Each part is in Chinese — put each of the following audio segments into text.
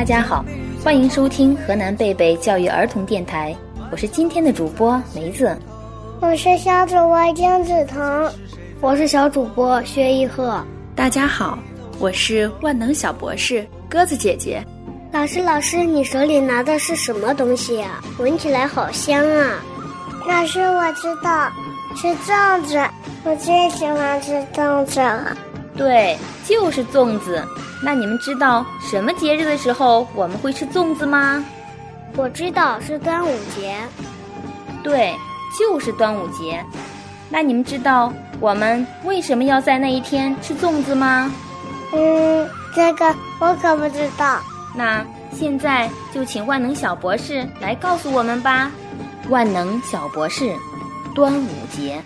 大家好，欢迎收听河南贝贝教育儿童电台，我是今天的主播梅子。 我是小主播金子彤。 我是小主播薛一鹤。 大家好，我是万能小博士鸽子姐姐。 老师，你手里拿的是什么东西呀？闻起来好香啊！老师，我知道，是粽子，我最喜欢吃粽子了。 对，就是粽子。那你们知道什么节日的时候我们会吃粽子吗？ 我知道，是端午节。 对，就是端午节。那你们知道我们为什么要在那一天吃粽子吗？ 这个我可不知道。 那现在就请万能小博士来告诉我们吧。万能小博士，端午节。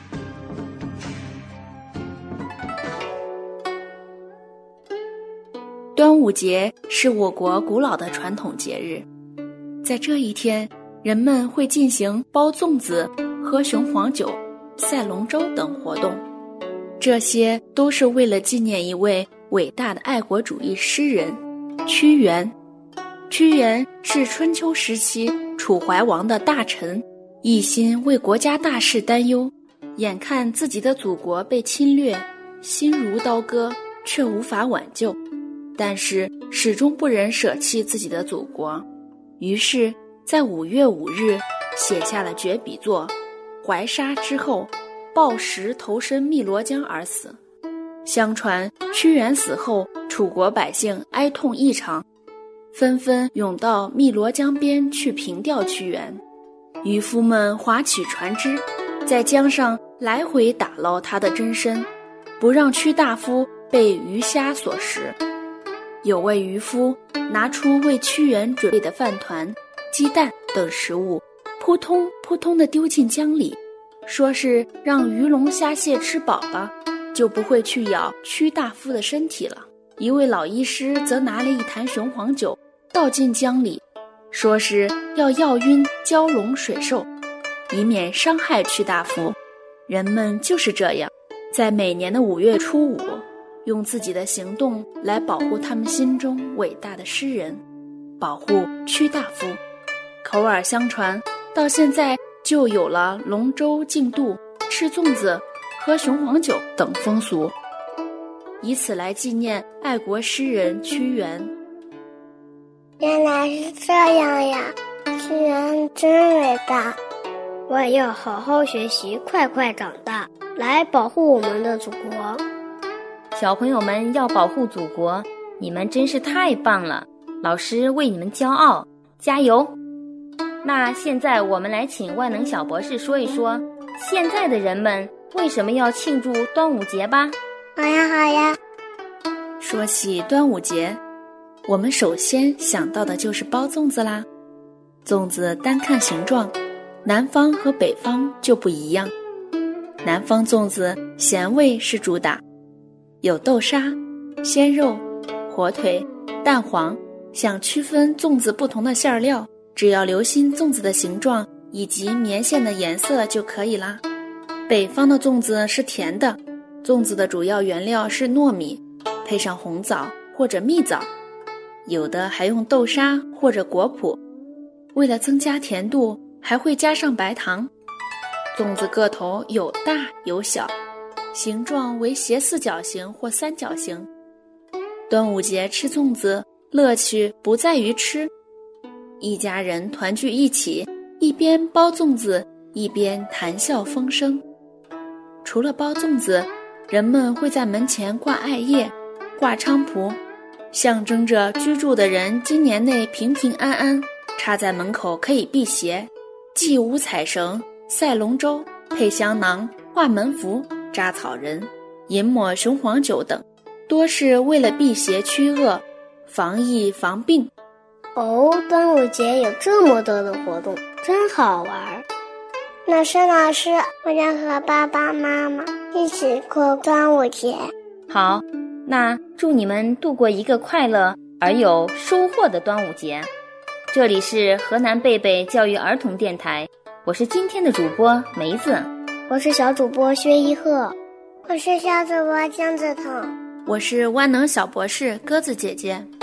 端午节是我国古老的传统节日，在这一天，人们会进行包粽子、喝雄黄酒、赛龙舟等活动，这些都是为了纪念一位伟大的爱国主义诗人屈原。屈原是春秋时期楚怀王的大臣，一心为国家大事担忧，眼看自己的祖国被侵略，心如刀割，却无法挽救，但是始终不忍舍弃自己的祖国，于是在5月5日写下了绝笔作《怀沙》之后，抱石投身汨罗江而死。相传屈原死后，楚国百姓哀痛异常，纷纷涌到汨罗江边去凭吊屈原。渔夫们划起船只，在江上来回打捞他的真身，不让屈大夫被鱼虾所食。有位渔夫拿出为屈原准备的饭团、鸡蛋等食物，扑通扑通地丢进江里，说是让鱼龙虾蟹吃饱了，就不会去咬屈大夫的身体了。一位老医师则拿了一坛雄黄酒倒进江里，说是要药晕蛟龙水兽，以免伤害屈大夫。人们就是这样，在每年的5月初5，用自己的行动来保护他们心中伟大的诗人，保护屈大夫。口耳相传，到现在就有了龙舟竞渡、吃粽子、喝雄黄酒等风俗，以此来纪念爱国诗人屈原。 原来是这样呀，屈原真伟大。 我也要好好学习，快快长大，来保护我们的祖国。 小朋友们要保护祖国，你们真是太棒了，老师为你们骄傲，加油！那现在我们来请万能小博士说一说，现在的人们为什么要庆祝端午节吧？ 好呀。 说起端午节，我们首先想到的就是包粽子啦。粽子单看形状，南方和北方就不一样。南方粽子咸味是主打，有豆沙、鲜肉、火腿、蛋黄，想区分粽子不同的馅料，只要留心粽子的形状以及棉线的颜色就可以啦。北方的粽子是甜的，粽子的主要原料是糯米，配上红枣或者蜜枣，有的还用豆沙或者果脯，为了增加甜度还会加上白糖。粽子个头有大有小，形状为斜四角形或三角形。端午节吃粽子，乐趣不在于吃，一家人团聚一起，一边包粽子，一边谈笑风生。除了包粽子，人们会在门前挂艾叶、挂菖蒲，象征着居住的人今年内平平安安，插在门口可以辟邪。祭舞彩绳、赛龙舟、配香囊、画门符、扎草人、饮抹雄黄酒等，多是为了辟邪驱恶、防疫防病。 端午节有这么多的活动，真好玩。 老师，我要和爸爸妈妈一起过端午节。 好，那祝你们度过一个快乐而有收获的端午节。这里是河南贝贝教育儿童电台，我是今天的主播梅子。 我是小主播薛一鹤。 我是小主播姜子彤。 我是万能小博士鸽子姐姐。 我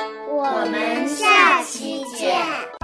我们下期见。